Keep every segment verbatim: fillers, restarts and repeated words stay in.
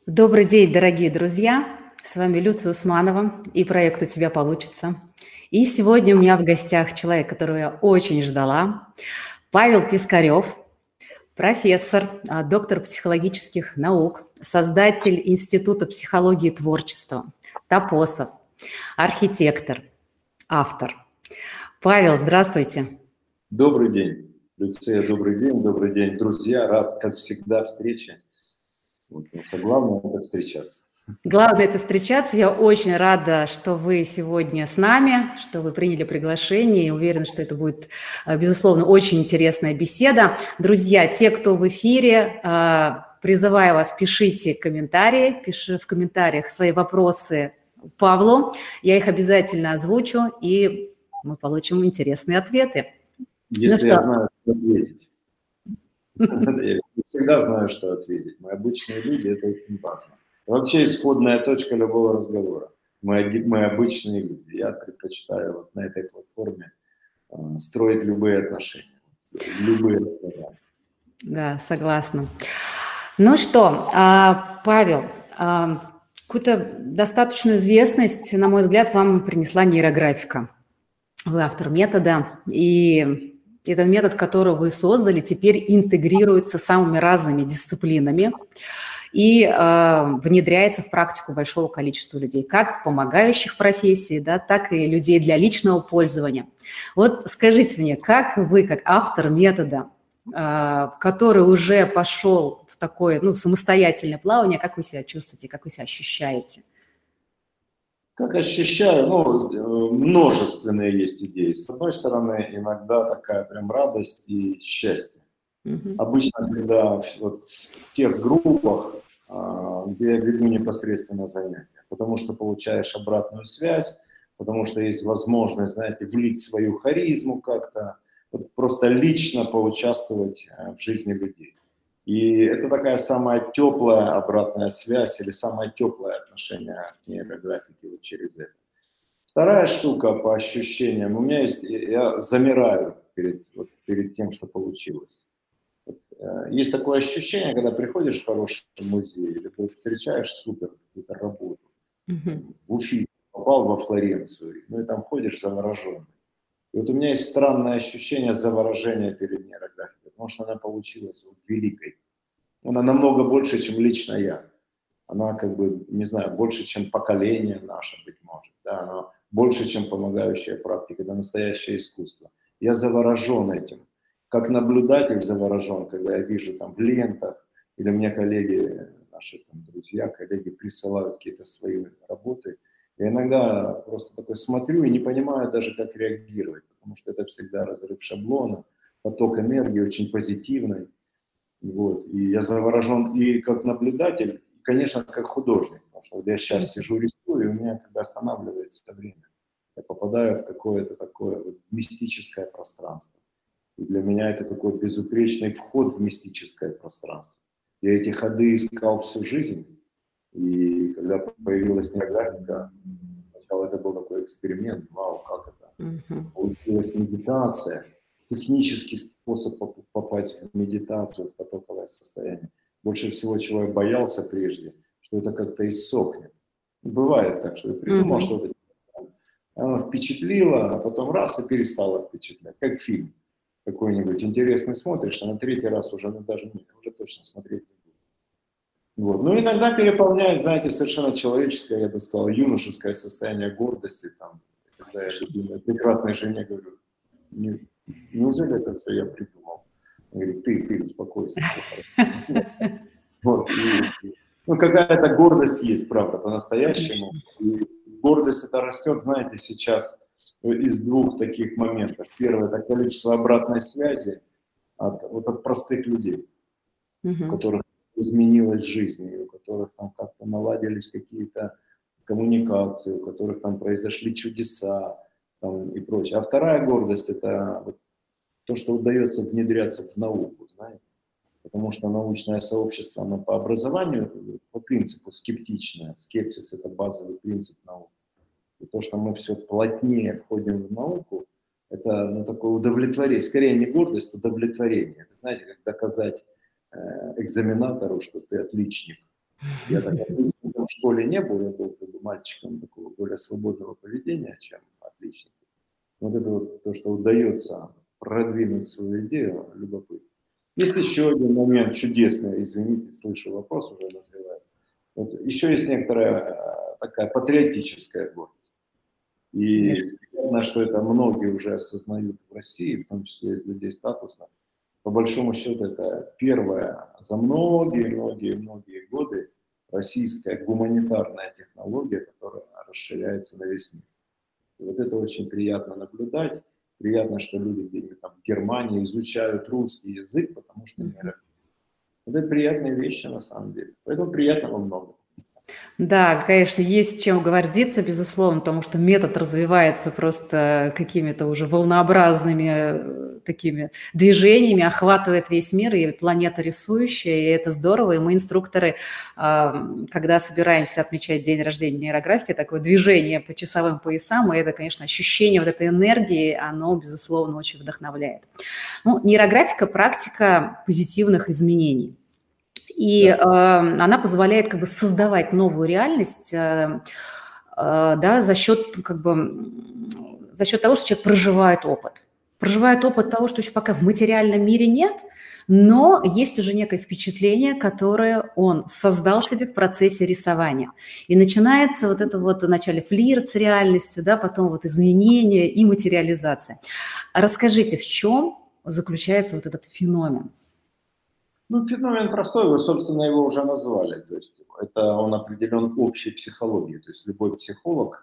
Добрый день, дорогие друзья! С вами Люция Усманова и проект «У тебя получится». И сегодня у меня в гостях человек, которого я очень ждала, Павел Пискарев, профессор, а, доктор психологических наук, создатель Института психологии и творчества, тапосов, архитектор, автор. Павел, здравствуйте. Добрый день, Люция, добрый день, добрый день, друзья. Рад, как всегда, встрече. Вот, потому что главное – это встречаться. Главное – это встречаться. Я очень рада, что вы сегодня с нами, что вы приняли приглашение. И уверена, что это будет, безусловно, очень интересная беседа. Друзья, те, кто в эфире, призываю вас, пишите комментарии, пишите в комментариях свои вопросы Павлу. Я их обязательно озвучу, и мы получим интересные ответы. Если ну я что? знаю, что ответить. Я всегда знаю, что ответить. Мы обычные люди, это очень важно. Вообще исходная точка любого разговора. Мы, мы обычные люди. Я предпочитаю вот на этой платформе э, строить любые отношения. Любые отношения. Да, согласна. Ну что, Павел, какую-то достаточную известность, на мой взгляд, вам принесла нейрографика. Вы автор метода, и этот метод, который вы создали, теперь интегрируется самыми разными дисциплинами и э, внедряется в практику большого количества людей, как помогающих профессий, да, так и людей для личного пользования. Вот скажите мне, как вы, как автор метода, э, который уже пошел в такое, ну, самостоятельное плавание, как вы себя чувствуете, как вы себя ощущаете? Как ощущаю, ну, множественные есть идеи. С одной стороны, иногда такая прям радость и счастье. Uh-huh. Обычно, когда вот в тех группах, где я веду непосредственно занятия, потому что получаешь обратную связь, потому что есть возможность, знаете, влить свою харизму как-то, вот просто лично поучаствовать в жизни людей. И это такая самая теплая обратная связь или самое теплое отношение к нейрографике вот через это. Вторая штука по ощущениям, у меня есть, я замираю перед, вот, перед тем, что получилось. Вот, э, есть такое ощущение, когда приходишь в хороший музей или ты встречаешь супер какую-то работу, uh-huh. в Уфе, попал во Флоренцию, ну и там ходишь завороженный. И вот у меня есть странное ощущение заворожения перед нейрографикой, потому что она получилась вот великой. Она намного больше, чем лично я. Она как бы, не знаю, больше, чем поколение наше, быть может. Да? Она больше, чем помогающая практика. Это настоящее искусство. Я заворожен этим. Как наблюдатель заворожен, когда я вижу там в лентах, или мне коллеги, наши там, друзья, коллеги присылают какие-то свои работы. Я иногда просто такой смотрю и не понимаю даже, как реагировать, потому что это всегда разрыв шаблона, поток энергии очень позитивный. Вот. И я заворожен и как наблюдатель, и, конечно, как художник, потому что вот я сейчас сижу, рисую, и у меня как бы останавливается время. Я попадаю в какое-то такое вот мистическое пространство. И для меня это такой безупречный вход в мистическое пространство. Я эти ходы искал всю жизнь, и когда появилась нейрографика, сначала это был такой эксперимент, вау, как это, uh-huh. получилась медитация, технический способ попасть в медитацию, в потоковое состояние. Больше всего, чего я боялся прежде, что это как-то иссохнет. Бывает так, что я придумал uh-huh. что-то, оно впечатлило, а потом раз и перестало впечатлять, как фильм какой-нибудь интересный смотришь, а на третий раз уже, ну даже нет, уже точно смотреть не буду. Вот. Ну, иногда переполняет, знаете, совершенно человеческое, я бы сказал, юношеское состояние гордости, там, когда я любимой прекрасной жене говорю, не, неужели это все я придумал? Он говорит, ты, ты, успокойся. Вот. И, ну, какая-то гордость есть, правда, по-настоящему. И гордость это растет, знаете, сейчас из двух таких моментов. Первое, это количество обратной связи от, вот от простых людей, uh-huh. у которых изменилась жизнь, и у которых там как-то наладились какие-то коммуникации, у которых там произошли чудеса там, и прочее. А вторая гордость – это вот то, что удается внедряться в науку, знаете. Потому что научное сообщество, оно по образованию, по принципу скептичное. Скепсис – это базовый принцип науки. И то, что мы все плотнее входим в науку, это ну, такое удовлетворение, скорее не гордость, удовлетворение. Это, знаете, как доказать э, экзаменатору, что ты отличник. Я так отличником в школе не был, я был как бы мальчиком такого более свободного поведения, чем отличник. Вот это вот то, что удается продвинуть свою идею, любопытно. Есть еще один момент чудесный, извините, слышу вопрос уже назревает. Вот еще есть некоторая такая патриотическая гордость. И видно, что это многие уже осознают в России, в том числе из людей статусных. По большому счету, это первая за многие-многие-многие годы российская гуманитарная технология, которая расширяется на весь мир. И вот это очень приятно наблюдать. Приятно, что люди где-нибудь там в Германии изучают русский язык, потому что не работают. Это приятные вещи на самом деле. Поэтому приятного много. Да, конечно, есть чем гордиться, безусловно, потому что метод развивается просто какими-то уже волнообразными такими движениями, охватывает весь мир, и планета рисующая, и это здорово. И мы, инструкторы, когда собираемся отмечать день рождения нейрографики, такое движение по часовым поясам, и это, конечно, ощущение вот этой энергии, оно, безусловно, очень вдохновляет. Ну, нейрографика – практика позитивных изменений. И да. э, она позволяет как бы создавать новую реальность, э, э, да, за счет, как бы, за счет того, что человек проживает опыт. Проживает опыт того, что еще пока в материальном мире нет, но есть уже некое впечатление, которое он создал себе в процессе рисования. И начинается вот это вот вначале флирт с реальностью, да, потом вот изменение и материализация. Расскажите, в чем заключается вот этот феномен? Ну, феномен простой, вы, собственно, его уже назвали. То есть это он определен общей психологией. То есть любой психолог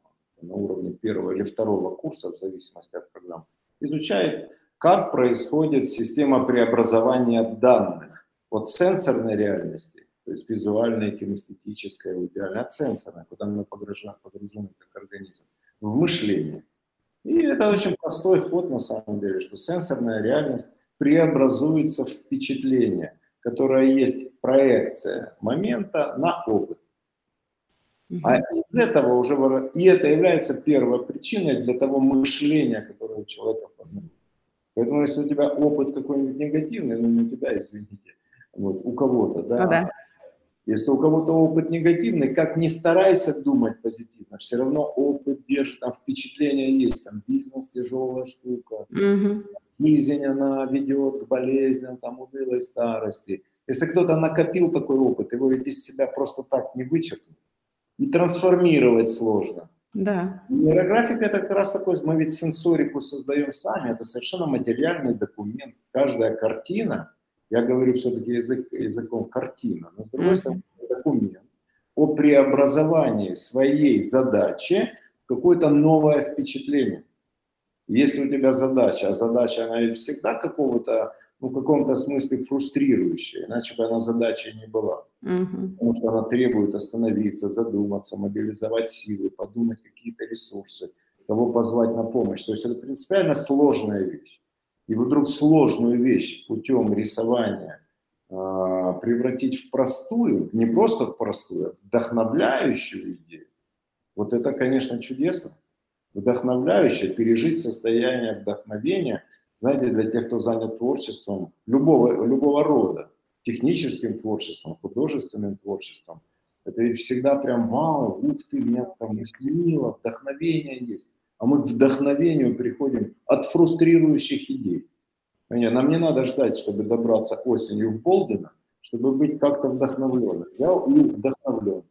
на уровне первого или второго курса, в зависимости от программ, изучает, как происходит система преобразования данных от сенсорной реальности, то есть визуальной, кинестетической, идеально от сенсорной, куда мы погружены, погружены как организм, в мышление. И это очень простой ход на самом деле, что сенсорная реальность преобразуется в впечатление, которое есть проекция момента на опыт. Mm-hmm. А из этого уже, и это является первой причиной для того мышления, которое у человека формируется. Поэтому если у тебя опыт какой-нибудь негативный, ну не у тебя, извините, вот, у кого-то, да, oh, да. Если у кого-то опыт негативный, как ни старайся думать позитивно, все равно опыт держит, там впечатление есть, там бизнес тяжелая штука, mm-hmm. жизнь она ведет к болезням, там, унылой старости. Если кто-то накопил такой опыт, его ведь из себя просто так не вычеркнуть. И трансформировать сложно. Да. Нейрографика это как раз такой, мы ведь сенсорику создаем сами, это совершенно материальный документ. Каждая картина, я говорю все-таки язык, языком картина, но с другой mm-hmm. стороны документ о преобразовании своей задачи в какое-то новое впечатление. Если у тебя задача, а задача она ведь всегда какого-то, ну, в каком-то смысле фрустрирующая, иначе бы она задачей не была. Uh-huh. Потому что она требует остановиться, задуматься, мобилизовать силы, подумать какие-то ресурсы, кого позвать на помощь. То есть это принципиально сложная вещь. И вдруг сложную вещь путем рисования э, превратить в простую, не просто в простую, а вдохновляющую идею, вот это, конечно, чудесно. Вдохновляюще, пережить состояние вдохновения, знаете, для тех, кто занят творчеством любого, любого рода, техническим творчеством, художественным творчеством, это ведь всегда прям вау, ух ты, меня там изменило, вдохновение есть. А мы к вдохновению приходим от фрустрирующих идей. Нам не надо ждать, чтобы добраться осенью в Болдено, чтобы быть как-то вдохновленным. Взял и вдохновлен.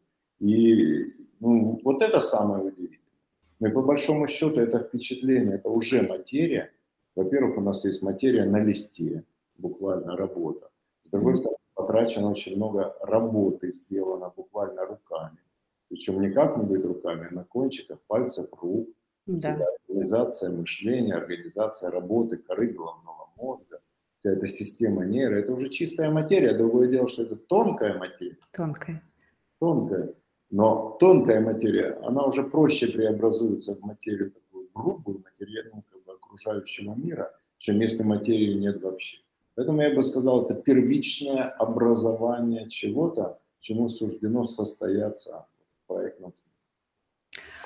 И ну, вот это самое удивительное. Но и по большому счету это впечатление, это уже материя. Во-первых, у нас есть материя на листе, буквально работа. С другой стороны, потрачено очень много работы, сделано буквально руками. Причем не как-нибудь руками, а на кончиках пальцев рук. Да. Организация мышления, организация работы коры головного мозга. Вся эта система нейро, это уже чистая материя. Другое дело, что это тонкая материя. Тонкая. Тонкая. Но тонкая материя, она уже проще преобразуется в материю такую грубую, материю, ну, как бы окружающего мира, чем если материи нет вообще. Поэтому я бы сказал, это первичное образование чего-то, чему суждено состояться в проектном смысле.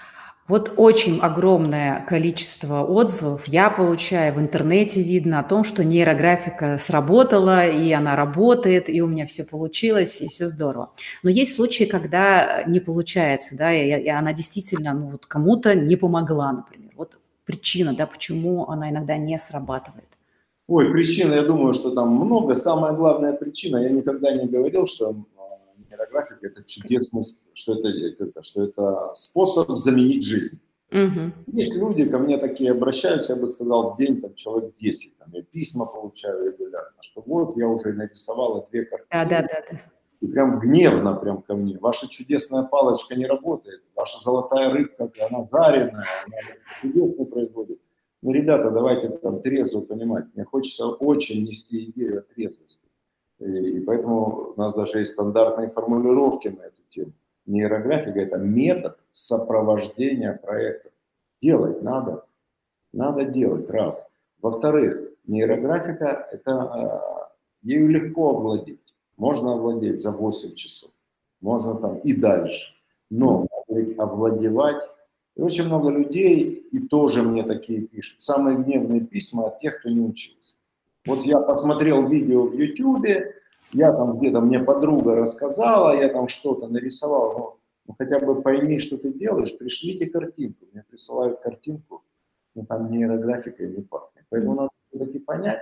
Вот очень огромное количество отзывов я получаю в интернете, видно о том, что нейрографика сработала, и она работает, и у меня все получилось, и все здорово. Но есть случаи, когда не получается, да, и, и она действительно, ну, вот кому-то не помогла, например. Вот причина, да, почему она иногда не срабатывает. Ой, причина, я думаю, что там много. Самая главная причина, я никогда не говорил, что нейрографика – это чудесный, что это, это, что это способ заменить жизнь. Угу. Есть люди, ко мне такие обращаются, я бы сказал, в день там, человек десять. Там, я письма получаю регулярно, что вот я уже нарисовала две картины. Да, да, да, да. И прям гневно прям ко мне. Ваша чудесная палочка не работает, ваша золотая рыбка, она жареная, она чудесно производит. Ну, ребята, давайте там трезво понимать. Мне хочется очень нести идею о трезвости. И, и поэтому у нас даже есть стандартные формулировки на эту тему. Нейрографика – это метод сопровождения проектов. Делать надо. Надо делать, раз. Во-вторых, нейрографика – это ею легко овладеть. Можно овладеть за восемь часов. Можно там и дальше. Но овладевать. И очень много людей, и тоже мне такие пишут, самые гневные письма от тех, кто не учился. Вот я посмотрел видео в Ютубе, я там где-то, мне подруга рассказала, я там что-то нарисовал, но ну, хотя бы пойми, что ты делаешь, пришлите картинку. Мне присылают картинку, но там нейрографикой не пахнет. Поэтому надо все-таки понять,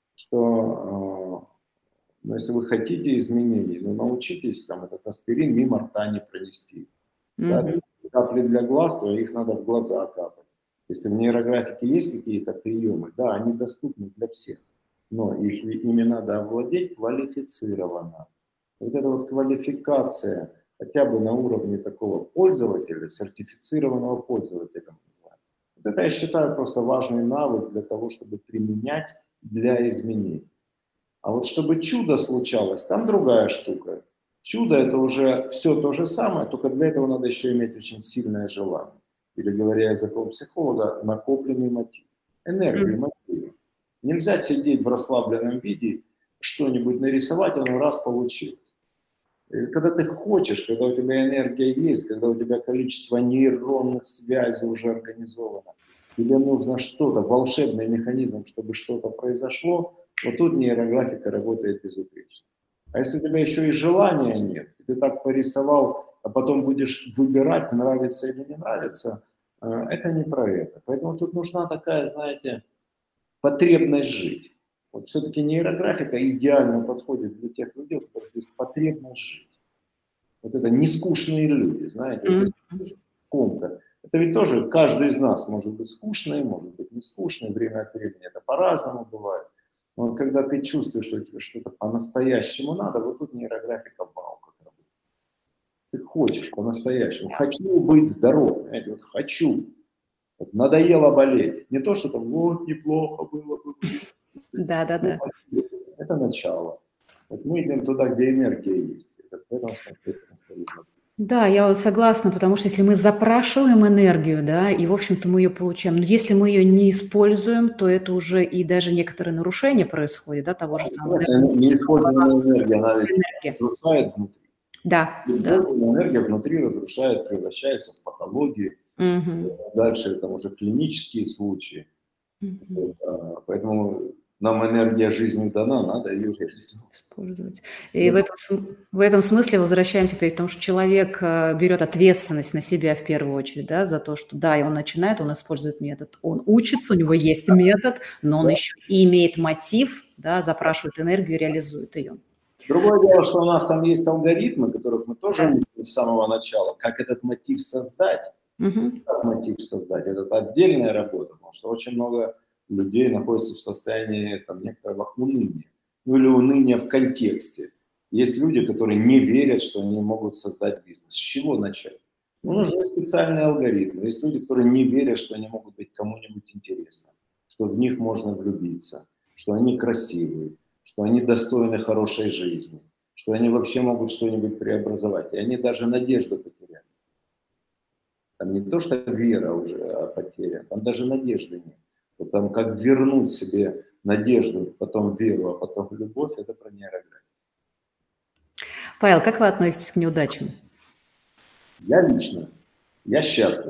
что э, ну, если вы хотите изменений, ну научитесь там этот аспирин мимо рта не пронести. Mm-hmm. Да, капли для глаз, то их надо в глаза капать. Если в нейрографике есть какие-то приемы, да, они доступны для всех, но их, ими надо овладеть квалифицированно. Вот эта вот квалификация хотя бы на уровне такого пользователя, сертифицированного пользователя, вот это я считаю просто важный навык для того, чтобы применять для изменений. А вот чтобы чудо случалось, там другая штука. Чудо – это уже все то же самое, только для этого надо еще иметь очень сильное желание. Или, говоря языком психолога, накопленный мотив. Энергию, мотив. Нельзя сидеть в расслабленном виде, что-нибудь нарисовать, оно раз получилось. И когда ты хочешь, когда у тебя энергия есть, когда у тебя количество нейронных связей уже организовано, тебе нужно что-то, волшебный механизм, чтобы что-то произошло, вот тут нейрографика работает безупречно. А если у тебя еще и желания нет, и ты так порисовал, а потом будешь выбирать, нравится или не нравится, это не про это. Поэтому тут нужна такая, знаете, потребность жить. Вот все-таки нейрографика идеально подходит для тех людей, у которых есть потребность жить. Вот это нескучные люди, знаете, mm-hmm. вот в ком-то. Это ведь тоже каждый из нас может быть скучный, может быть не скучный, время от времени это по-разному бывает. Но вот когда ты чувствуешь, что тебе что-то по-настоящему надо, вот тут нейрографика вау как работает. Ты хочешь по-настоящему. Хочу быть здоров, знаете, вот хочу. Вот надоело болеть. Не то, что там, вот неплохо было бы. Да, да, да. Это начало. Вот мы идем туда, где энергия есть. Это в этом смысле. Да, я вот согласна, потому что если мы запрашиваем энергию, да, и, в общем-то, мы ее получаем, но если мы ее не используем, то это уже и даже некоторые нарушения происходят, да, того же самого. Неиспользованная энергия, она ведь разрушает внутри. Да, неиспользованная да. энергия внутри разрушает, превращается в патологию. Угу. Дальше это уже клинические случаи. Угу. Поэтому нам энергия жизни дана, надо ее реализовать. Использовать. И да. в, этом, в этом смысле возвращаемся опять к тому, что человек берет ответственность на себя в первую очередь, да, за то, что да, и он начинает, он использует метод, он учится, у него есть метод, но он да. еще и имеет мотив, да, запрашивает энергию, реализует ее. Другое дело, что у нас там есть алгоритмы, которых мы тоже да. учим с самого начала, как этот мотив создать. Угу. Как мотив создать? Это отдельная работа, потому что очень много людей находятся в состоянии там, некоторого уныния. Ну или уныния в контексте. Есть люди, которые не верят, что они могут создать бизнес. С чего начать? Ну, нужны специальные алгоритмы. Есть люди, которые не верят, что они могут быть кому-нибудь интересны, что в них можно влюбиться, что они красивые, что они достойны хорошей жизни, что они вообще могут что-нибудь преобразовать. И они даже надежду потеряли. Там не то, что вера уже потеряна, там даже надежды нет. Вот там как вернуть себе надежду, потом веру, а потом любовь, это про нейрографику. Павел, как вы относитесь к неудачам? Я лично, я счастлив.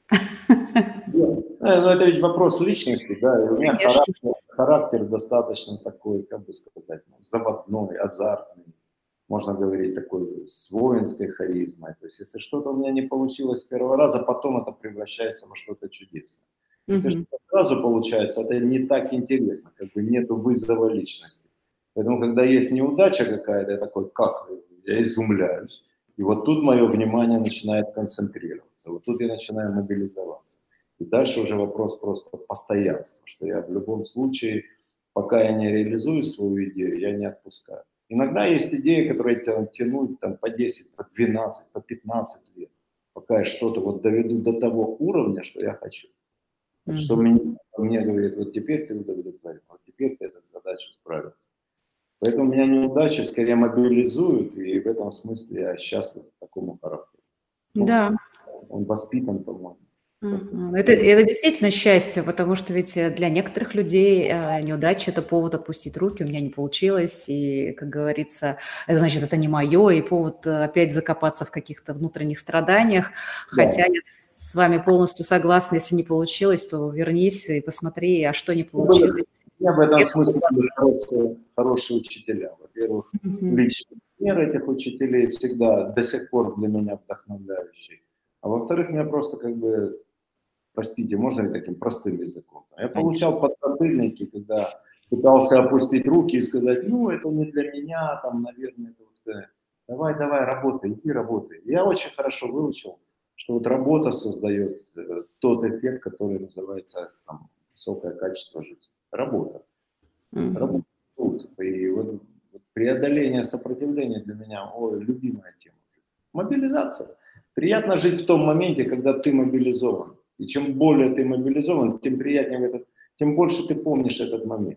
Ну, это ведь вопрос личности, да, и у меня характер, характер достаточно такой, как бы сказать, ну, заводной, азартный, можно говорить, такой с воинской харизмой. То есть, если что-то у меня не получилось с первого раза, потом это превращается во что-то чудесное. Если mm-hmm. что-то сразу получается, это не так интересно, как бы нету вызова личности. Поэтому, когда есть неудача какая-то, я такой, как? Я изумляюсь. И вот тут мое внимание начинает концентрироваться, вот тут я начинаю мобилизоваться. И дальше уже вопрос просто постоянства, что я в любом случае, пока я не реализую свою идею, я не отпускаю. Иногда есть идеи, которые тянут там, по десять, по двенадцать, по пятнадцать лет, пока я что-то вот доведу до того уровня, что я хочу. Вот mm-hmm. Что мне, мне говорит, вот теперь ты удовлетворен, вот теперь ты этой задачей справился. Поэтому меня неудачи скорее мобилизуют, и в этом смысле я счастлив такому характеру. Да. Он, он воспитан, по-моему. Uh-huh. Это, это действительно счастье, потому что ведь для некоторых людей э, неудача – это повод отпустить руки, у меня не получилось, и, как говорится, значит, это не мое, и повод опять закопаться в каких-то внутренних страданиях, да. Хотя я с вами полностью согласна, если не получилось, то вернись и посмотри, а что не получилось. Я в этом это смысле хорошие, хорошие учителя. Во-первых, uh-huh. личный пример этих учителей всегда до сих пор для меня вдохновляющий, а во-вторых, меня просто как бы... Простите, можно ли таким простым языком? Я получал подзатыльники, когда пытался опустить руки и сказать, ну, это не для меня, там, наверное, это вот, давай, давай, работай, иди работай. Я очень хорошо выучил, что вот работа создает тот эффект, который называется там, высокое качество жизни. Работа. Mm-hmm. Работа тут. И вот, вот преодоление сопротивления для меня, ой, любимая тема. Мобилизация. Приятно жить в том моменте, когда ты мобилизован. И чем более ты мобилизован, тем приятнее этот, тем больше ты помнишь этот момент.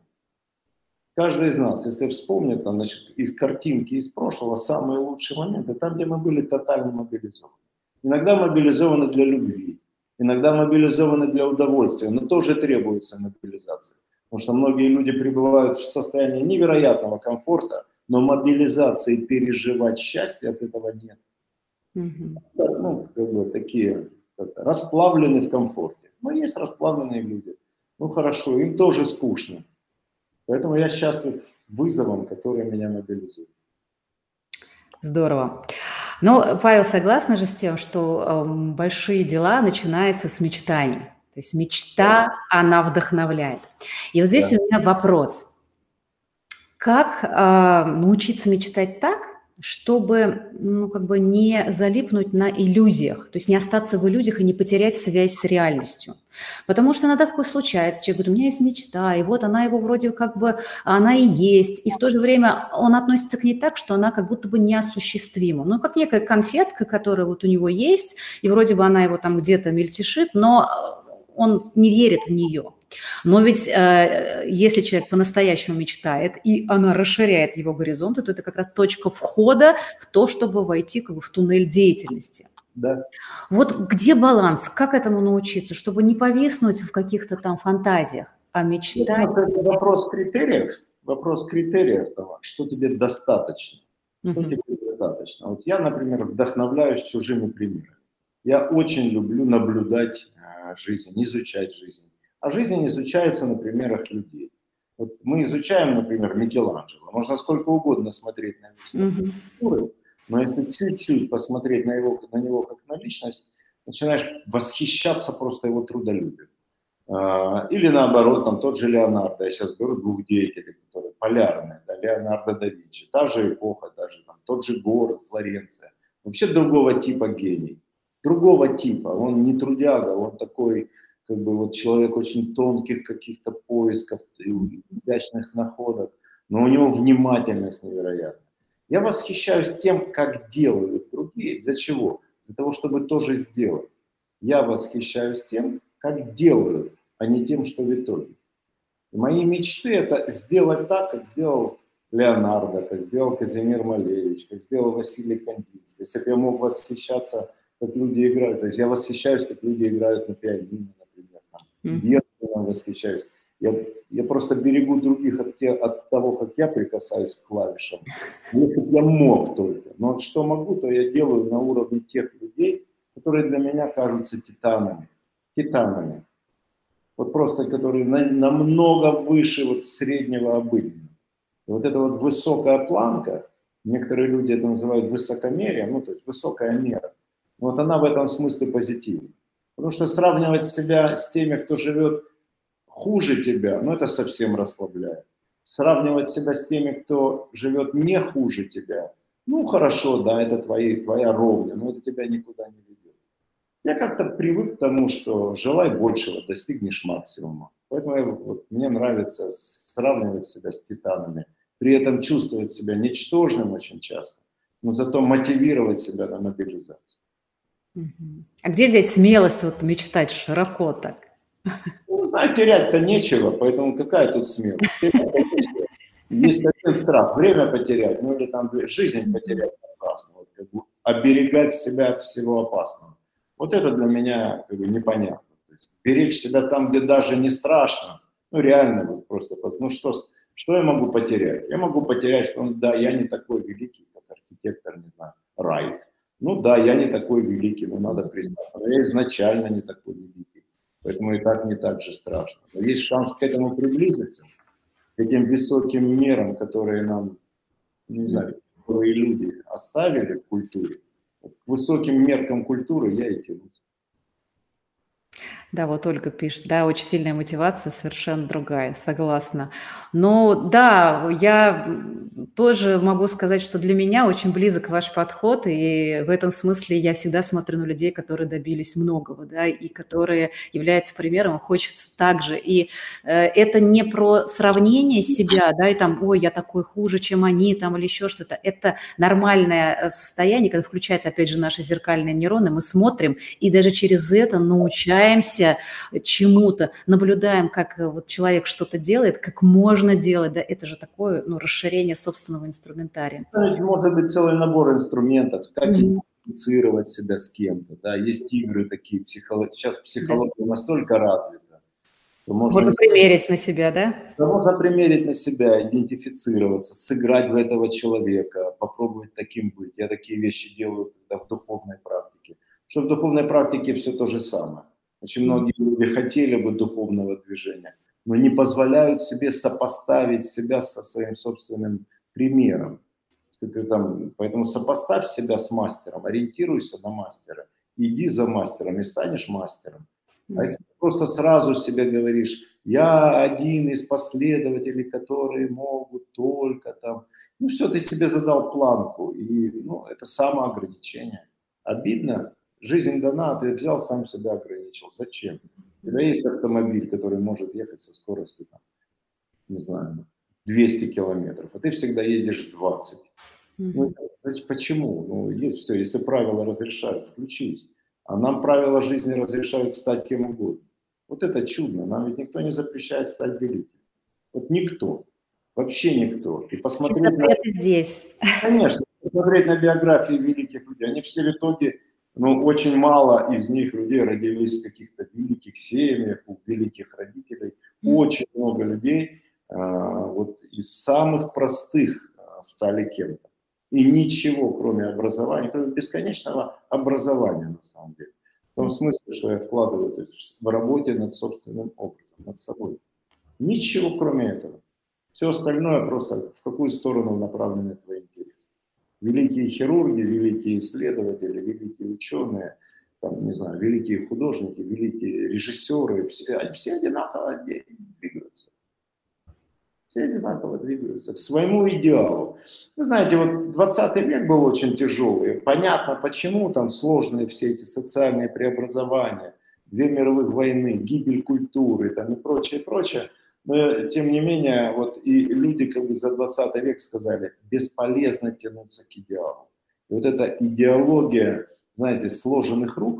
Каждый из нас, если вспомнит, там, значит, из картинки, из прошлого, самые лучшие моменты, там, где мы были тотально мобилизованы. Иногда мобилизованы для любви, иногда мобилизованы для удовольствия, но тоже требуется мобилизация. Потому что многие люди пребывают в состоянии невероятного комфорта, но мобилизации переживать счастье от этого нет. Mm-hmm. Ну, как бы такие... расплавлены в комфорте. Но есть расплавленные люди. Ну хорошо, им тоже скучно. Поэтому я счастлив вызовом, который меня мобилизует. Здорово. Ну, Павел, согласна же с тем, что э, большие дела начинаются с мечтаний. То есть мечта, да. Она вдохновляет. И вот здесь да. У меня вопрос. Как э, научиться мечтать так, чтобы, ну, как бы не залипнуть на иллюзиях, то есть не остаться в иллюзиях и не потерять связь с реальностью. Потому что иногда такое случается, человек говорит, у меня есть мечта, и вот она его вроде как бы, она и есть, и в то же время он относится к ней так, что она как будто бы неосуществима. Ну, как некая конфетка, которая вот у него есть, и вроде бы она его там где-то мельтешит, но он не верит в нее. Но ведь э, если человек по-настоящему мечтает, и она расширяет его горизонты, то это как раз точка входа в то, чтобы войти как бы в туннель деятельности. Да. Вот где баланс? Как этому научиться, чтобы не повиснуть в каких-то там фантазиях, а мечтать? Это вопрос критериев. Вопрос критериев того, что тебе достаточно. Что uh-huh. тебе достаточно. Вот я, например, вдохновляюсь чужими примерами. Я очень люблю наблюдать э, жизнь, изучать жизнь. А жизнь изучается на примерах людей. Вот мы изучаем, например, Микеланджело. Можно сколько угодно смотреть на его скульптуры, mm-hmm. но если чуть-чуть посмотреть на, его, на него как на личность, начинаешь восхищаться просто его трудолюбием. Или наоборот, там тот же Леонардо. Я сейчас беру двух деятелей, которые полярные. Да, Леонардо да Винчи. Та же эпоха, даже там, тот же город, Флоренция. Вообще другого типа гений. Другого типа. Он не трудяга, он такой... как бы вот человек очень тонких каких-то поисков, изящных находок, но у него внимательность невероятная. Я восхищаюсь тем, как делают другие. Для чего? Для того, чтобы тоже сделать. Я восхищаюсь тем, как делают, а не тем, что в итоге. И мои мечты – это сделать так, как сделал Леонардо, как сделал Казимир Малевич, как сделал Василий Кандинский. Если бы я мог восхищаться, как люди играют, то есть я восхищаюсь, как люди играют на пианино, я восхищаюсь. Я, я просто берегу других от, те, от того, как я прикасаюсь к клавишам. Если бы я мог только. Но что могу, то я делаю на уровне тех людей, которые для меня кажутся титанами. титанами. Вот просто, которые на, намного выше вот среднего обыденного. И вот эта вот высокая планка, некоторые люди это называют высокомерием, ну то есть высокая мера. Вот она в этом смысле позитивна. Потому что сравнивать себя с теми, кто живет хуже тебя, ну это совсем расслабляет. Сравнивать себя с теми, кто живет не хуже тебя, ну хорошо, да, это твои, твоя ровня, но это тебя никуда не ведет. Я как-то привык к тому, что желай большего, достигнешь максимума. Поэтому я, вот, мне нравится сравнивать себя с титанами, при этом чувствовать себя ничтожным очень часто, но зато мотивировать себя на мобилизацию. А где взять смелость вот мечтать широко так? Ну, знаю, терять-то нечего, поэтому какая тут смелость? Есть один страх, время потерять, ну или там жизнь потерять опасно, вот, как бы оберегать себя от всего опасного. Вот это для меня как бы непонятно. То есть, беречь себя там, где даже не страшно, ну реально вот просто, ну что, что я могу потерять? Я могу потерять, что ну, да, я не такой великий, как архитектор, не знаю, Райт. Ну да, я не такой великий, но надо признать, но я изначально не такой великий, поэтому и так не так же страшно. Но есть шанс к этому приблизиться, к этим высоким мерам, которые нам, не знаю, которые люди оставили в культуре. К высоким меркам культуры я и тянусь. Да, вот Ольга пишет, да, очень сильная мотивация, совершенно другая, согласна. Но да, я тоже могу сказать, что для меня очень близок ваш подход, и в этом смысле я всегда смотрю на людей, которые добились многого, да, и которые являются примером, и хочется так же. И э, это не про сравнение себя, да, и там, ой, я такой хуже, чем они, там, или еще что-то. Это нормальное состояние, когда включаются, опять же, наши зеркальные нейроны, мы смотрим, и даже через это научаемся чему-то, наблюдаем, как вот человек что-то делает, как можно делать, да, это же такое, ну, расширение собственного инструментария. Может быть целый набор инструментов, как mm-hmm. идентифицировать себя с кем-то, да, есть игры такие, психолог... сейчас психология да. настолько развита, что можно... Можно примерить на себя, да? Да, можно примерить на себя, идентифицироваться, сыграть в этого человека, попробовать таким быть. Я такие вещи делаю, когда в духовной практике, что в духовной практике все то же самое. Очень многие люди хотели бы духовного движения, но не позволяют себе сопоставить себя со своим собственным примером. Если ты там, поэтому сопоставь себя с мастером, ориентируйся на мастера, иди за мастером и станешь мастером. А если ты просто сразу себе говоришь, я один из последователей, которые могут только там, ну все, ты себе задал планку, и ну, это самоограничение. Обидно. Жизнь дана, ты взял, сам себя ограничил. Зачем? У тебя есть автомобиль, который может ехать со скоростью, там, не знаю, двести километров, а ты всегда едешь двадцать. Mm-hmm. Ну, значит, почему? Ну, есть все, если правила разрешают, включись. А нам правила жизни разрешают стать кем угодно. Вот это чудно. Нам ведь никто не запрещает стать великим. Вот никто. Вообще никто. И посмотреть на... здесь. Конечно, посмотреть на биографии великих людей. Они все в итоге... Но очень мало из них людей родились в каких-то великих семьях, у великих родителей. Очень много людей а, вот, из самых простых а, стали кем-то. И ничего, кроме образования, кроме бесконечного образования на самом деле. В том смысле, что я вкладываю то есть, в работе над собственным образом, над собой. Ничего, кроме этого. Все остальное просто в какую сторону направлены твои интересы. Великие хирурги, великие исследователи, великие ученые, там, не знаю, великие художники, великие режиссеры, все, все одинаково двигаются. Все одинаково двигаются к своему идеалу. Вы знаете, вот двадцатый век был очень тяжелый. Понятно, почему там сложные все эти социальные преобразования, две мировых войны, гибель культуры там, и прочее, прочее. Но, тем не менее, вот и люди как бы за двадцатый век сказали, бесполезно тянуться к идеалу. И вот эта идеология, знаете, сложенных рук,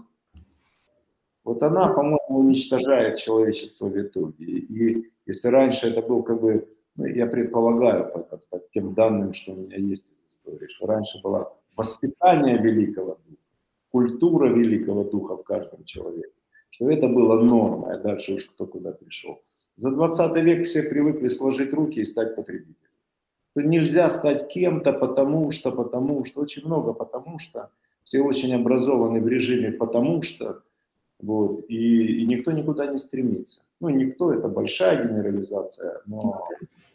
вот она, по-моему, уничтожает человечество в итоге. И если раньше это был как бы, ну, я предполагаю по, по, по тем данным, что у меня есть из истории, что раньше было воспитание великого духа, культура великого духа в каждом человеке, что это было нормой, а дальше уж кто куда пришел. За двадцатый век все привыкли сложить руки и стать потребителем. То нельзя стать кем-то, потому что, потому что, очень много потому что, все очень образованы в режиме потому что, Вот, и, и никто никуда не стремится. Ну, никто, это большая генерализация, но...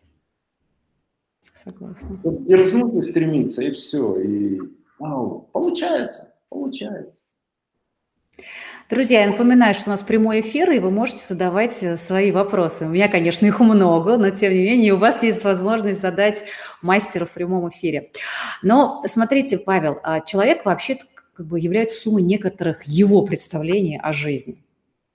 Согласна. Дерзнуть и стремиться, и все. И вау, получается, получается. Друзья, я напоминаю, что у нас прямой эфир, и вы можете задавать свои вопросы. У меня, конечно, их много, но тем не менее у вас есть возможность задать мастеру в прямом эфире. Но смотрите, Павел, человек вообще как бы является суммой некоторых его представлений о жизни.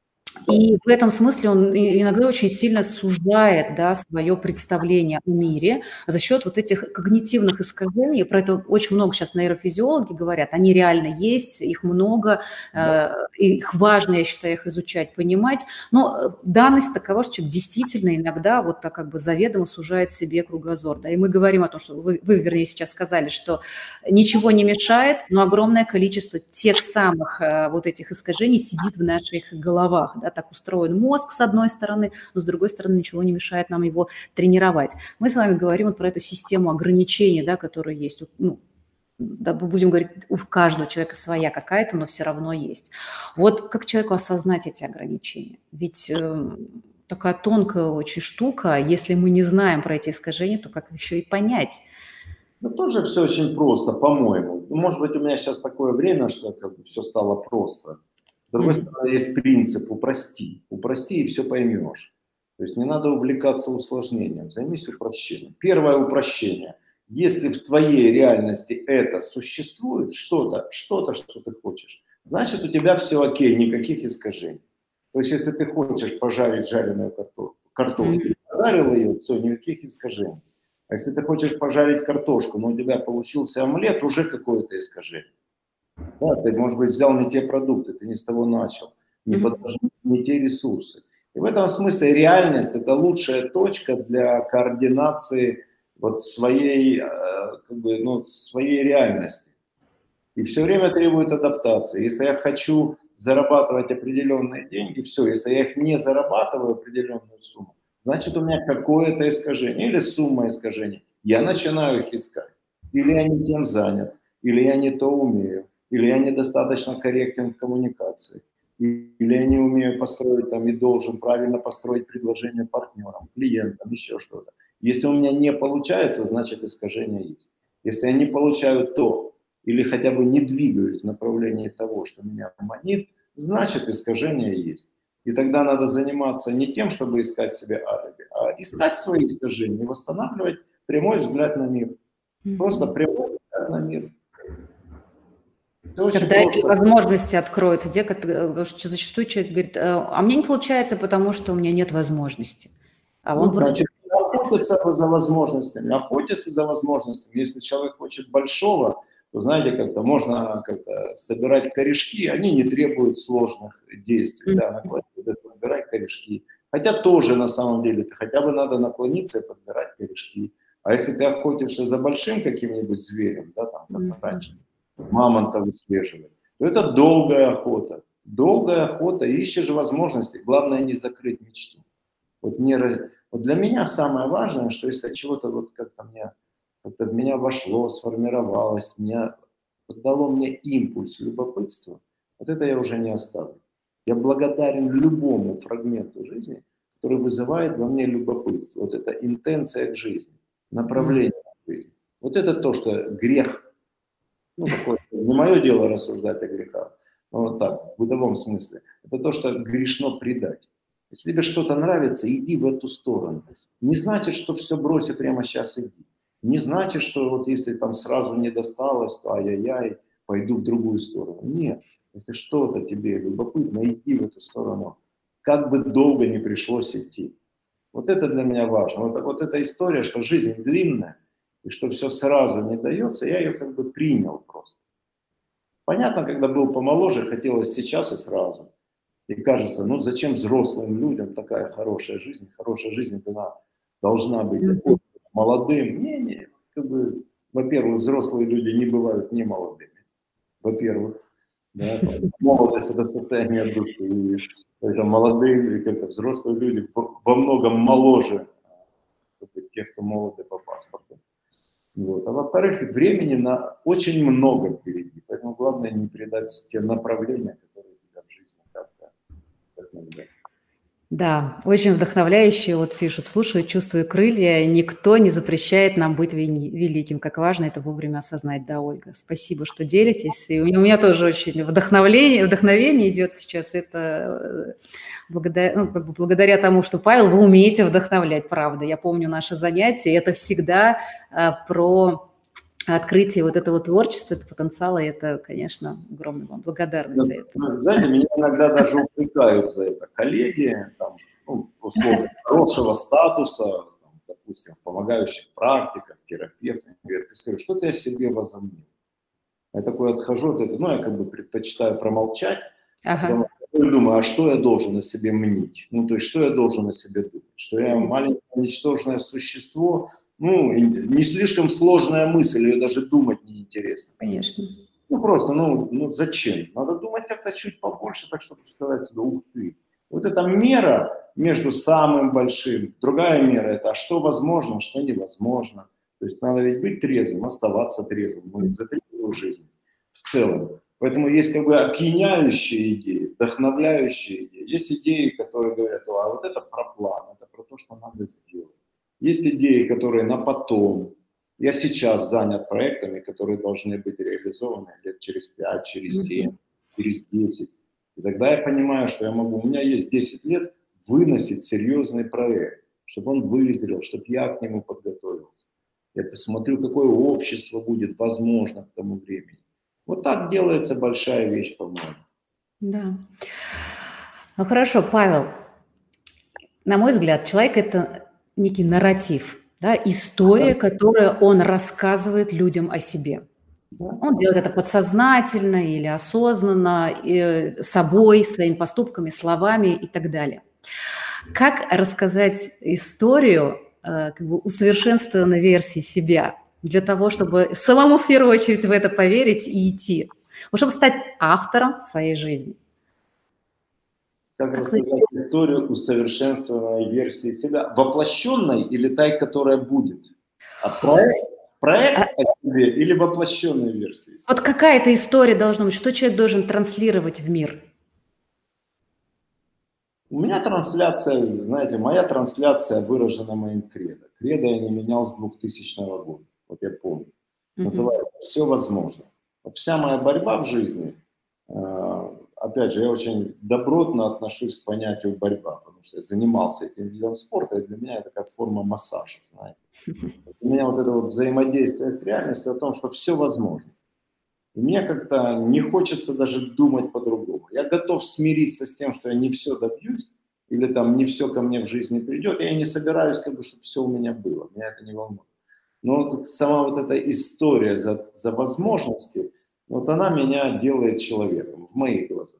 И в этом смысле он иногда очень сильно сужает, да, свое представление о мире за счет вот этих когнитивных искажений. Про это очень много сейчас нейрофизиологи говорят. Они реально есть, их много, э, их важно, я считаю, их изучать, понимать. Но данность такова, что человек действительно иногда вот так как бы заведомо сужает себе кругозор. Да? И мы говорим о том, что вы, вы, вернее, сейчас сказали, что ничего не мешает, но огромное количество тех самых э, вот этих искажений сидит в наших головах, да? Так устроен мозг, с одной стороны, но с другой стороны ничего не мешает нам его тренировать. Мы с вами говорим вот про эту систему ограничений, да, которая есть, ну, да, будем говорить, у каждого человека своя какая-то, но все равно есть. Вот как человеку осознать эти ограничения? Ведь э, такая тонкая очень штука, если мы не знаем про эти искажения, то как еще и понять? Ну, тоже все очень просто, по-моему. Может быть, у меня сейчас такое время, что как бы все стало просто. С другой mm-hmm. стороны, есть принцип упрости. Упрости, и все поймешь. То есть не надо увлекаться усложнением, займись упрощением. Первое упрощение. Если в твоей реальности это существует, что-то, что-то, что ты хочешь, значит, у тебя все окей, никаких искажений. То есть если ты хочешь пожарить жареную картошку, пожарил ее, все, никаких искажений. А если ты хочешь пожарить картошку, но у тебя получился омлет, уже какое-то искажение. Да, ты, может быть, взял не те продукты, ты не с того начал, не, подожди, не те ресурсы. И в этом смысле реальность – это лучшая точка для координации вот своей, как бы, ну, своей реальности. И все время требует адаптации. Если я хочу зарабатывать определенные деньги, все, если я их не зарабатываю определенную сумму, значит, у меня какое-то искажение или сумма искажений. Я начинаю их искать. Или я не тем занят, или я не то умею. Или я недостаточно корректен в коммуникации, или я не умею построить там и должен правильно построить предложение партнерам, клиентам, еще что-то. Если у меня не получается, значит искажение есть. Если я не получаю то, или хотя бы не двигаюсь в направлении того, что меня манит, значит искажение есть. И тогда надо заниматься не тем, чтобы искать себе алиби, а искать свои искажения и восстанавливать прямой взгляд на мир. Просто прямой взгляд на мир. Когда эти возможности откроются, где, зачастую человек говорит, а мне не получается, потому что у меня нет возможности. А он ну, значит, охотится за возможностями, охотится за возможностями. Если человек хочет большого, то, знаете, как-то можно как-то собирать корешки, они не требуют сложных действий. Mm-hmm. Да, наклониться, подбирать корешки. Хотя тоже на самом деле, хотя бы надо наклониться и подбирать корешки. А если ты охотишься за большим каким-нибудь зверем, да, там, как mm-hmm. раньше, мамонта выслеживать, то это долгая охота. Долгая охота, ищешь возможности. Главное не закрыть мечту. Вот, не, вот для меня самое важное, что если чего-то вот как-то мне, как-то в меня вошло, сформировалось, мне, дало мне импульс любопытства, вот это я уже не оставлю. Я благодарен любому фрагменту жизни, который вызывает во мне любопытство. Вот это интенция к жизни, направление к жизни. Вот это то, что грех. Ну, такое, не мое дело рассуждать о грехах, но вот так, в бытовом смысле. Это то, что грешно предать. Если тебе что-то нравится, иди в эту сторону. Не значит, что все брось и прямо сейчас иди. Не значит, что вот если там сразу не досталось, то ай-яй-яй, пойду в другую сторону. Нет. Если что-то тебе любопытно, иди в эту сторону. Как бы долго не пришлось идти. Вот это для меня важно. Вот, вот эта история, что жизнь длинная, и что все сразу не дается, я ее как бы принял просто. Понятно, когда был помоложе, хотелось сейчас и сразу. И кажется, ну зачем взрослым людям такая хорошая жизнь? Хорошая жизнь она должна быть mm-hmm. молодым. Не, не, как бы, во-первых, взрослые люди не бывают не молодыми. Во-первых, да, молодость это состояние души. Это молодые, как-то взрослые люди во многом моложе тех, кто молоды по паспорту. Вот. А во-вторых, времени на очень много впереди. Поэтому главное не передать те направления, которые у тебя в жизни как-то Да, очень вдохновляюще. Вот пишут, слушаю, чувствую крылья. Никто не запрещает нам быть великим. Как важно это вовремя осознать, да, Ольга? Спасибо, что делитесь. И у меня тоже очень вдохновление, вдохновение идет сейчас. Это благодаря, ну, как бы благодаря тому, что, Павел, вы умеете вдохновлять, правда. Я помню наши занятия. Это всегда а, про открытие вот этого творчества, этого потенциала. И это, конечно, огромная вам благодарность за это. Знаете, меня иногда даже упрекают за это коллеги, там, ну, условно, хорошего статуса, там, допустим, в помогающих практиках, терапевтах. Говорят, скажи, что ты о себе возомнил? Я такой отхожу от этого, ну, я как бы предпочитаю промолчать, ага. Я думаю, а что я должен о себе мнить? Ну, то есть, что я должен о себе думать? Что я маленькое ничтожное существо, ну, не слишком сложная мысль, ее даже думать неинтересно. Конечно. Ну, просто, ну, ну, зачем? Надо думать как-то чуть побольше, так чтобы сказать себе, ух ты. Вот эта мера между самым большим, другая мера, это а что возможно, что невозможно. То есть надо ведь быть трезвым, оставаться трезвым, ну, за трезвую жизнь в целом. Поэтому есть как бы опьяняющие идеи, вдохновляющие идеи. Есть идеи, которые говорят, а вот это про план, это про то, что надо сделать. Есть идеи, которые на потом. Я сейчас занят проектами, которые должны быть реализованы лет через пять, через семь, через десять. И тогда я понимаю, что я могу, у меня есть десять лет выносить серьезный проект, чтобы он вызрел, чтобы я к нему подготовился. Я посмотрю, какое общество будет возможно к тому времени. Вот так делается большая вещь, по-моему. Да. Ну хорошо, Павел. На мой взгляд, человек – это некий нарратив, да, история, которую он рассказывает людям о себе. Он делает это подсознательно или осознанно, и собой, своими поступками, словами и так далее. Как рассказать историю как бы усовершенствованной версии себя для того, чтобы самому в первую очередь в это поверить и идти, чтобы стать автором своей жизни? Как, как рассказать вы... историю усовершенствованной версии себя? Воплощенной или той, которая будет? А проект, проект а... о себе или воплощенной версии себя? Вот какая-то история должна быть, что человек должен транслировать в мир? У меня трансляция, знаете, моя трансляция выражена моим кредо. Кредо я не менял с двухтысячного года, вот я помню. Называется «Все возможно». Вот вся моя борьба в жизни, опять же, я очень добротно отношусь к понятию борьба, потому что я занимался этим видом спорта, и для меня это как форма массажа, знаете. У меня вот это вот взаимодействие с реальностью о том, что все возможно. И мне как-то не хочется даже думать по-другому. Я готов смириться с тем, что я не все добьюсь, или там не все ко мне в жизни придет. Я не собираюсь, как бы, чтобы все у меня было. Меня это не волнует. Но вот сама вот эта история за, за возможности, вот она меня делает человеком, в моих глазах.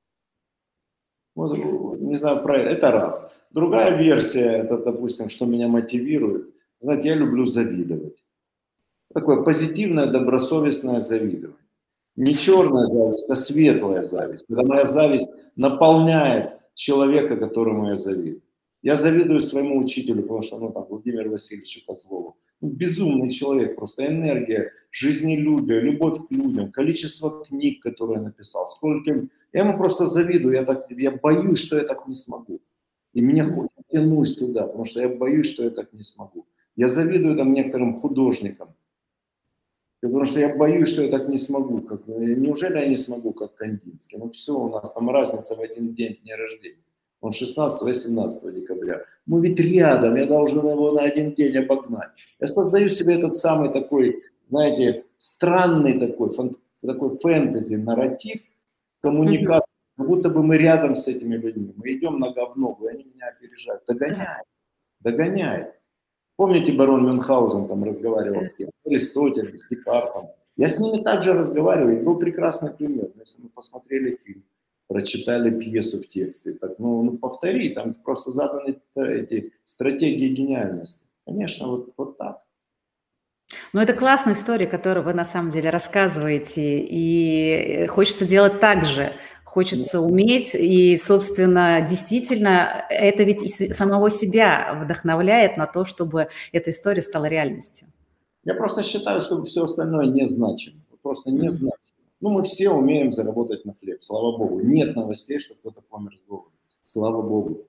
Вот, не знаю, про это, это раз. Другая версия, это, допустим, что меня мотивирует. Знаете, я люблю завидовать. Такое позитивное, добросовестное завидование. Не черная зависть, а светлая зависть. Когда моя зависть наполняет человека, которому я завидую. Я завидую своему учителю, потому что, ну, там, Владимир Васильевич Козлову. Ну, безумный человек, просто энергия, жизнелюбие, любовь к людям, количество книг, которые я написал. Сколько... Я ему просто завидую, я, так, я боюсь, что я так не смогу. И меня хоть тянусь туда, потому что я боюсь, что я так не смогу. Я завидую там некоторым художникам. Потому что я боюсь, что я так не смогу. Как, неужели я не смогу, как Кандинский? Ну все, у нас там разница в один день дня рождения. Он шестнадцатого-семнадцатого декабря. Мы ведь рядом, я должен его на один день обогнать. Я создаю себе этот самый такой, знаете, странный такой, фан, такой фэнтези-нарратив, коммуникации. Mm-hmm. Как будто бы мы рядом с этими людьми. Мы идем нога в ногу, и они меня опережают. Догоняй, догоняй. Помните, барон Мюнхгаузен там разговаривал с кем? Аристотелем, с Декартом. Я с ними также разговаривал, и был прекрасный пример. Если мы посмотрели фильм, прочитали пьесу в тексте, так, ну, ну повтори, там просто заданы эти стратегии гениальности. Конечно, вот, вот так. Ну, это классная история, которую вы на самом деле рассказываете, и хочется делать так же. Хочется уметь, и, собственно, действительно, это ведь и самого себя вдохновляет на то, чтобы эта история стала реальностью. Я просто считаю, что все остальное не значимо, просто не значимо. Ну, мы все умеем заработать на хлеб, слава богу. Нет новостей, что кто-то помер с голоду, слава богу.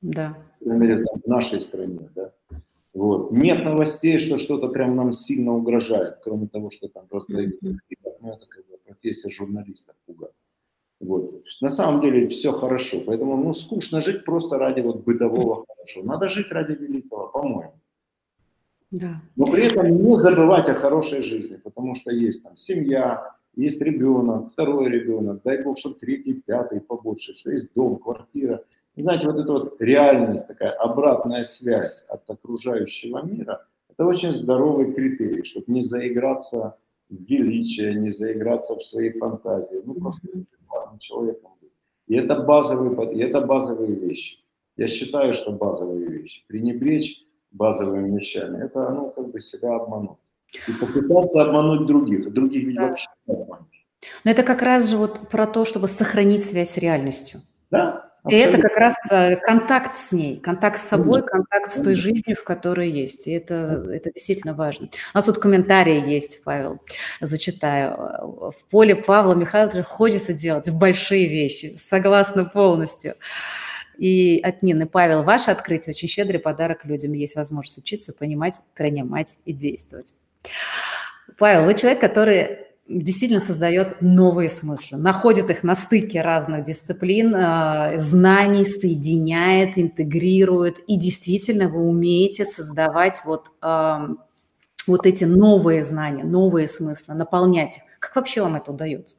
Да. По крайней мере, в нашей стране, да. Вот. Нет новостей, что что-то прям нам сильно угрожает, кроме того, что там раздают. Mm-hmm. Ну, это как бы профессия журналиста пугает. Вот. На самом деле все хорошо, поэтому ну, скучно жить просто ради вот бытового хорошо. Надо жить ради великого, по-моему. Да. Но при этом не забывать о хорошей жизни, потому что есть там семья, есть ребенок, второй ребенок, дай бог, чтобы третий, пятый, побольше, что есть дом, квартира. Знаете, вот эта вот реальность, такая обратная связь от окружающего мира, это очень здоровый критерий, чтобы не заиграться в величие, не заиграться в свои фантазии. Ну, просто mm-hmm. человеком быть. И это базовые, и это базовые вещи. Я считаю, что базовые вещи. Пренебречь базовыми вещами, это, ну, как бы себя обмануть. И попытаться обмануть других. Других ведь да. вообще не обманешь. Но это как раз же вот про то, чтобы сохранить связь с реальностью. Да. И это как раз контакт с ней, контакт с собой, контакт с той жизнью, в которой есть. И это, это действительно важно. У нас вот комментарии есть, Павел, зачитаю. В поле Павла Михайловича хочется делать большие вещи, согласна полностью. И от Нины: Павел, ваше открытие очень щедрый подарок людям. Есть возможность учиться, понимать, принимать и действовать. Павел, вы человек, который действительно создает новые смыслы, находит их на стыке разных дисциплин, знаний, соединяет, интегрирует. И действительно вы умеете создавать вот, вот эти новые знания, новые смыслы, наполнять их. Как вообще вам это удается?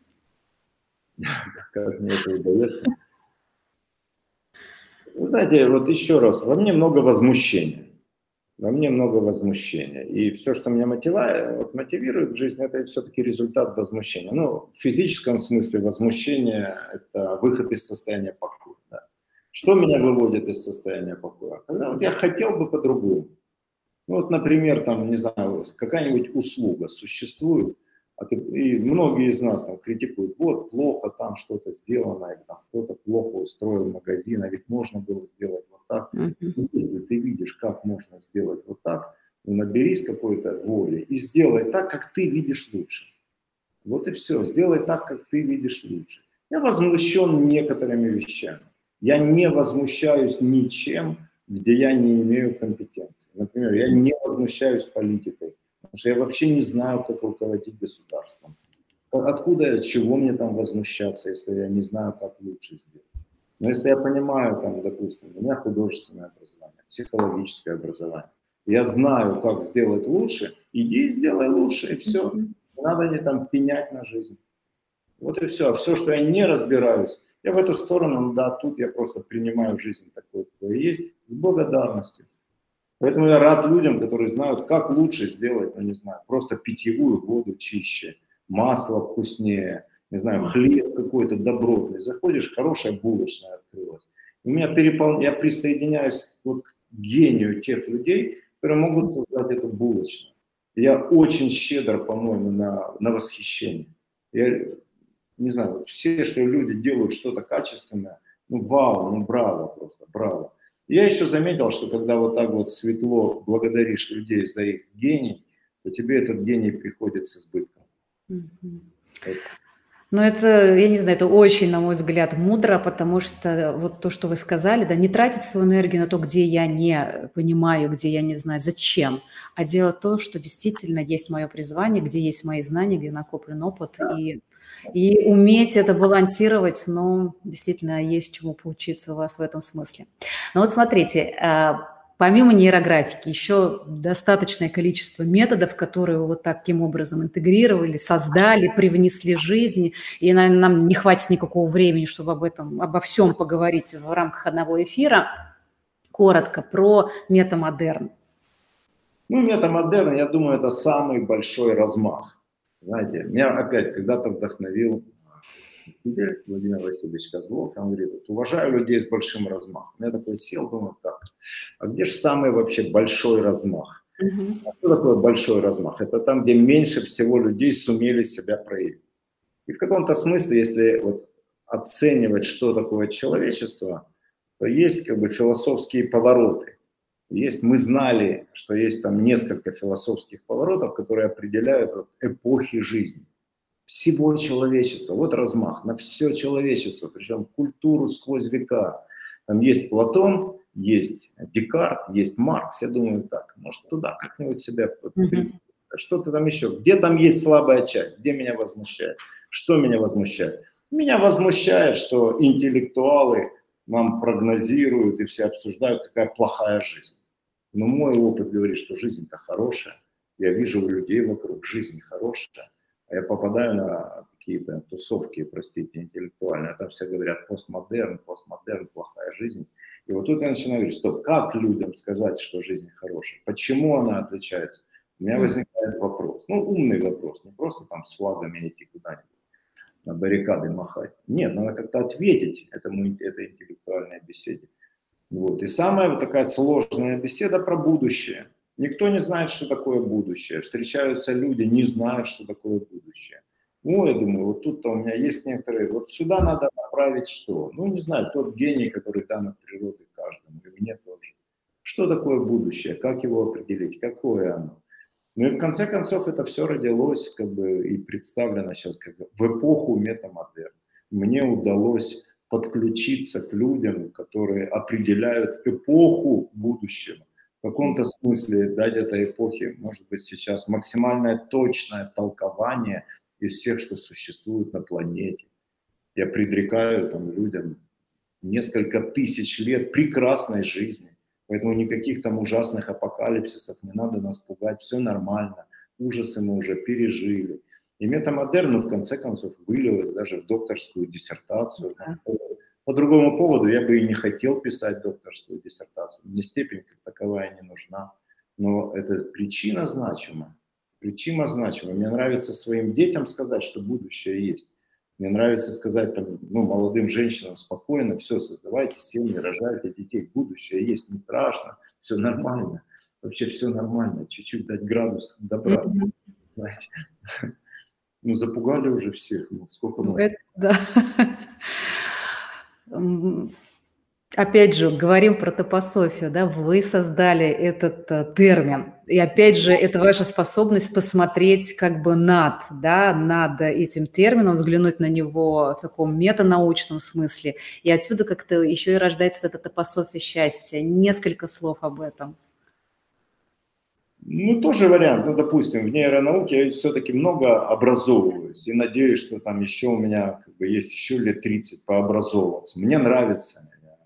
Как мне это удается? Вы знаете, вот еще раз, во мне много возмущения. Во мне много возмущения. И все, что меня мотивирует, вот, мотивирует в жизни, это все-таки результат возмущения. Ну, в физическом смысле возмущение – это выход из состояния покоя. Да. Что меня выводит из состояния покоя? Когда вот я хотел бы по-другому. Ну, вот, например, там, не знаю, какая-нибудь услуга существует, а ты, и многие из нас там критикуют, вот, плохо там что-то сделано, или там кто-то плохо устроил магазин, а ведь можно было сделать вот так. Mm-hmm. Если ты видишь, как можно сделать вот так, ну, наберись какой-то воли и сделай так, как ты видишь лучше. Вот и все, сделай так, как ты видишь лучше. Я возмущен некоторыми вещами. Я не возмущаюсь ничем, где я не имею компетенции. Например, я не возмущаюсь политикой. Потому что я вообще не знаю, как руководить государством. Откуда, от чего мне там возмущаться, если я не знаю, как лучше сделать. Но если я понимаю, там, допустим, у меня художественное образование, психологическое образование, я знаю, как сделать лучше, иди и сделай лучше, и все. Не надо не там пенять на жизнь. Вот и все. А все, что я не разбираюсь, я в эту сторону, да, тут я просто принимаю жизнь такой, какой есть, с благодарностью. Поэтому я рад людям, которые знают, как лучше сделать, ну не знаю, просто питьевую воду чище, масло вкуснее, не знаю, хлеб какой-то добротный. Заходишь, хорошая булочная открылась. У меня перепол... Я присоединяюсь вот к гению тех людей, которые могут создать эту булочную. Я очень щедр, по-моему, на, на восхищение. Я не знаю, все, что люди делают что-то качественное, ну вау, ну браво просто, браво. Я еще заметил, что когда вот так вот светло благодаришь людей за их гений, то тебе этот гений приходит с избытком. Mm-hmm. Это. Ну, это, я не знаю, это очень, на мой взгляд, мудро, потому что вот то, что вы сказали, да, не тратить свою энергию на то, где я не понимаю, где я не знаю, зачем, а делать то, что действительно есть мое призвание, где есть мои знания, где накоплен опыт, да. и, и уметь это балансировать, но действительно есть чему поучиться у вас в этом смысле. Но вот смотрите, помимо нейрографики, еще достаточное количество методов, которые вы вот таким образом интегрировали, создали, привнесли жизнь. И, наверное, нам не хватит никакого времени, чтобы об этом, обо всем поговорить в рамках одного эфира. Коротко про метамодерн. Ну, метамодерн, я думаю, это самый большой размах. Знаете, меня опять когда-то вдохновил Владимир Васильевич Козлов, он говорит, вот, уважаю людей с большим размахом. Я такой сел, думаю, так, а где же самый вообще большой размах? Uh-huh. А что такое большой размах? Это там, где меньше всего людей сумели себя проявить. И в каком-то смысле, если вот оценивать, что такое человечество, то есть как бы философские повороты. Есть, мы знали, что есть там несколько философских поворотов, которые определяют вот, эпохи жизни. Всего человечества, вот размах, на все человечество, причем культуру сквозь века. Там есть Платон, есть Декарт, есть Маркс, я думаю, так, может, туда как-нибудь себя представить. Что-то там еще. Где там есть слабая часть? Где меня возмущает? Что меня возмущает? Меня возмущает, что интеллектуалы нам прогнозируют и все обсуждают, какая плохая жизнь. Но мой опыт говорит, что жизнь-то хорошая. Я вижу у людей вокруг жизнь хорошая. А я попадаю на какие-то тусовки, простите, интеллектуальные. А там все говорят постмодерн, постмодерн, плохая жизнь. И вот тут я начинаю говорить, стоп, как людям сказать, что жизнь хорошая? Почему она отличается? У меня возникает вопрос. Ну, умный вопрос. Не просто там с флагами идти куда-нибудь, на баррикады махать. Нет, надо как-то ответить этому, этой интеллектуальной беседе. Вот. И самая вот такая сложная беседа про будущее. Никто не знает, что такое будущее. Встречаются люди, не знают, что такое будущее. Ну, я думаю, вот тут-то у меня есть некоторые... Вот сюда надо направить что? Ну, не знаю, тот гений, который дан от природы каждому, или мне тоже. Что такое будущее? Как его определить? Какое оно? Ну и в конце концов это все родилось как бы и представлено сейчас как бы в эпоху метамодерн. Мне удалось подключиться к людям, которые определяют эпоху будущего. В каком-то смысле дать этой эпохе, может быть, сейчас максимальное точное толкование из всех, что существует на планете. Я предрекаю там людям несколько тысяч лет прекрасной жизни. Поэтому никаких там ужасных апокалипсисов не надо нас пугать, все нормально, ужасы мы уже пережили. И метамодерн, ну, в конце концов, вылилось даже в докторскую диссертацию. По другому поводу я бы и не хотел писать докторскую диссертацию, мне степень как таковая не нужна. Но это причина значимая, причина значимая. Мне нравится своим детям сказать, что будущее есть. Мне нравится сказать там, ну, молодым женщинам спокойно, все, создавайте семьи, рожайте детей, будущее есть, не страшно, все нормально, вообще все нормально, чуть-чуть дать градус добра, mm-hmm. знаете. Ну, запугали уже всех, ну, сколько можно. Это, да. Опять же, говорим про топософию, да, вы создали этот uh, термин, и опять же, это ваша способность посмотреть как бы над, да, над этим термином, взглянуть на него в таком метанаучном смысле, и отсюда как-то еще и рождается эта топософия счастья. Несколько слов об этом. Ну, тоже вариант. Ну, допустим, в нейронауке я все-таки много образовываюсь, и надеюсь, что там еще у меня как бы есть еще лет тридцать пообразовываться. Мне нравится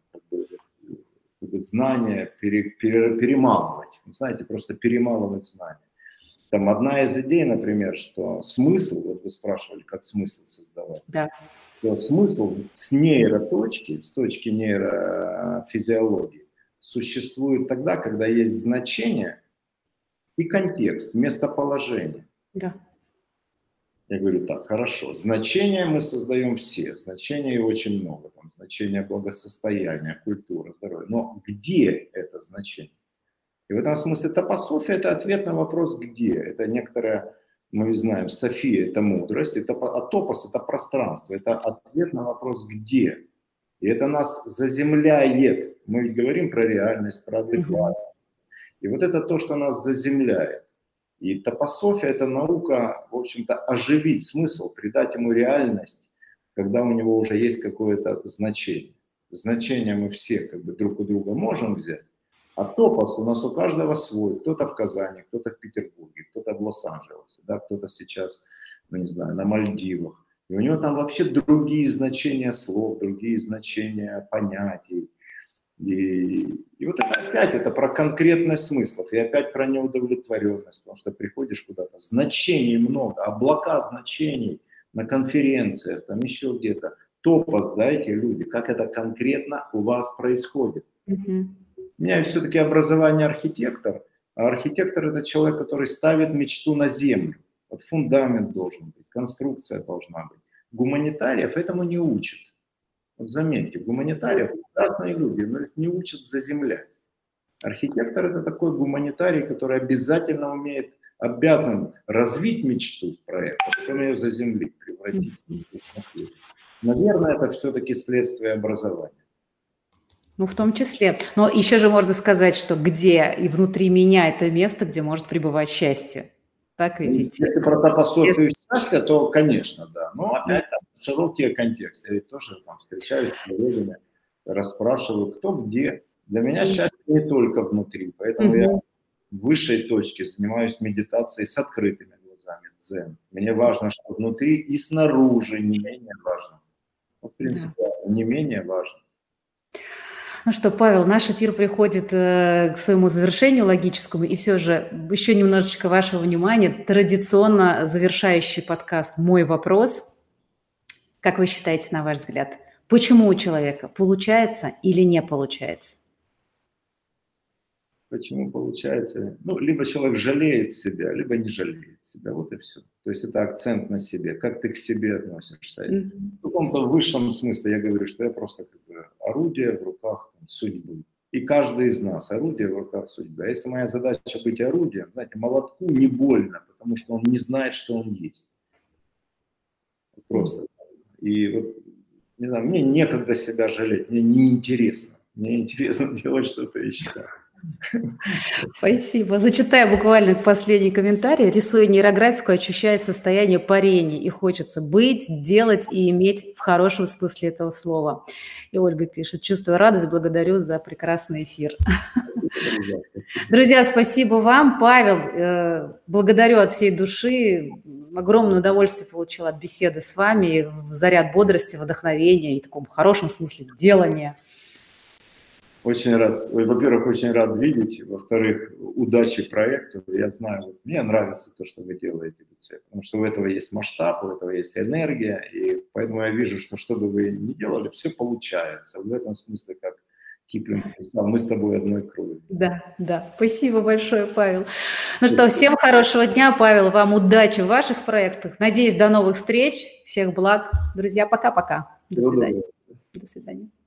знания пере, пере, перемалывать, знаете, просто перемалывать знания. Там одна из идей, например, что смысл, вот вы спрашивали, как смысл создавать, да. то смысл с нейроточки, с точки нейрофизиологии, существует тогда, когда есть значение и контекст, местоположение. Да. Я говорю так, хорошо, значения мы создаем все, значений очень много, там, значения благосостояния, культуры, здоровья, но где это значение? И в этом смысле топософия – это ответ на вопрос «где?». Это некоторая, мы знаем, София – это мудрость, это, а топос – это пространство, это ответ на вопрос «где?». И это нас заземляет. Мы ведь говорим про реальность, про адекватность. И вот это то, что нас заземляет. И топософия – это наука, в общем-то, оживить смысл, придать ему реальность, когда у него уже есть какое-то значение. Значение мы все как бы друг у друга можем взять, а топос у нас у каждого свой. Кто-то в Казани, кто-то в Петербурге, кто-то в Лос-Анджелесе, да, кто-то сейчас, ну не знаю, на Мальдивах. И у него там вообще другие значения слов, другие значения понятий. И, и вот это опять это про конкретность смыслов, и опять про неудовлетворенность, потому что приходишь куда-то, значений много, облака значений на конференциях, там еще где-то. Топос дайте, люди, как это конкретно у вас происходит. Mm-hmm. У меня все-таки образование архитектор, а архитектор это человек, который ставит мечту на землю. Вот фундамент должен быть, конструкция должна быть. Гуманитариев этому не учат. Вот заметьте, гуманитариев прекрасные люди, но их не учат заземлять. Архитектор – это такой гуманитарий, который обязательно умеет, обязан развить мечту в проект, а потом ее заземлить, превратить в мечту. Наверное, это все-таки следствие образования. Ну, в том числе. Но еще же можно сказать, что где и внутри меня это место, где может пребывать счастье. Так ведь? Если про топософию счастья, то, конечно, да. Но опять там широкие контексты. Я ведь тоже там встречаюсь с коллегами, расспрашиваю, кто где. Для меня счастье не только внутри, поэтому я в высшей точке занимаюсь медитацией с открытыми глазами, дзен. Мне важно, что внутри и снаружи не менее важно. В принципе, да. Не менее важно. Ну что, Павел, наш эфир приходит э, к своему завершению логическому, и все же еще немножечко вашего внимания. Традиционно завершающий подкаст «Мой вопрос». Как вы считаете, на ваш взгляд, почему у человека получается или не получается? Почему получается? Ну, либо человек жалеет себя, либо не жалеет себя. Вот и все. То есть это акцент на себе. Как ты к себе относишься? Mm-hmm. В каком-то высшем смысле я говорю, что я просто как бы орудие в руках там, судьбы. И каждый из нас орудие в руках судьбы. А если моя задача быть орудием, знаете, молотку не больно, потому что он не знает, что он есть. Просто. И вот, не знаю, мне некогда себя жалеть, мне неинтересно. Мне интересно делать что-то еще. Спасибо. Зачитаю буквально последний комментарий. Рисуя нейрографику, ощущая состояние парения. И хочется быть, делать и иметь в хорошем смысле этого слова. И Ольга пишет: чувствую радость, благодарю за прекрасный эфир. Друзья, спасибо вам. Павел, благодарю от всей души. Огромное удовольствие получила от беседы с вами. Заряд бодрости, вдохновения и в таком хорошем смысле делания. Очень рад, во-первых, очень рад видеть, во-вторых, удачи проекту. Я знаю, мне нравится то, что вы делаете, потому что у этого есть масштаб, у этого есть энергия, и поэтому я вижу, что что бы вы ни делали, все получается. В этом смысле, как Киплинг писал, мы с тобой одной крови. Да, да. Спасибо большое, Павел. Ну что, всем хорошего дня, Павел, вам удачи в ваших проектах. Надеюсь, до новых встреч, всех благ. Друзья, пока-пока. До свидания. До свидания.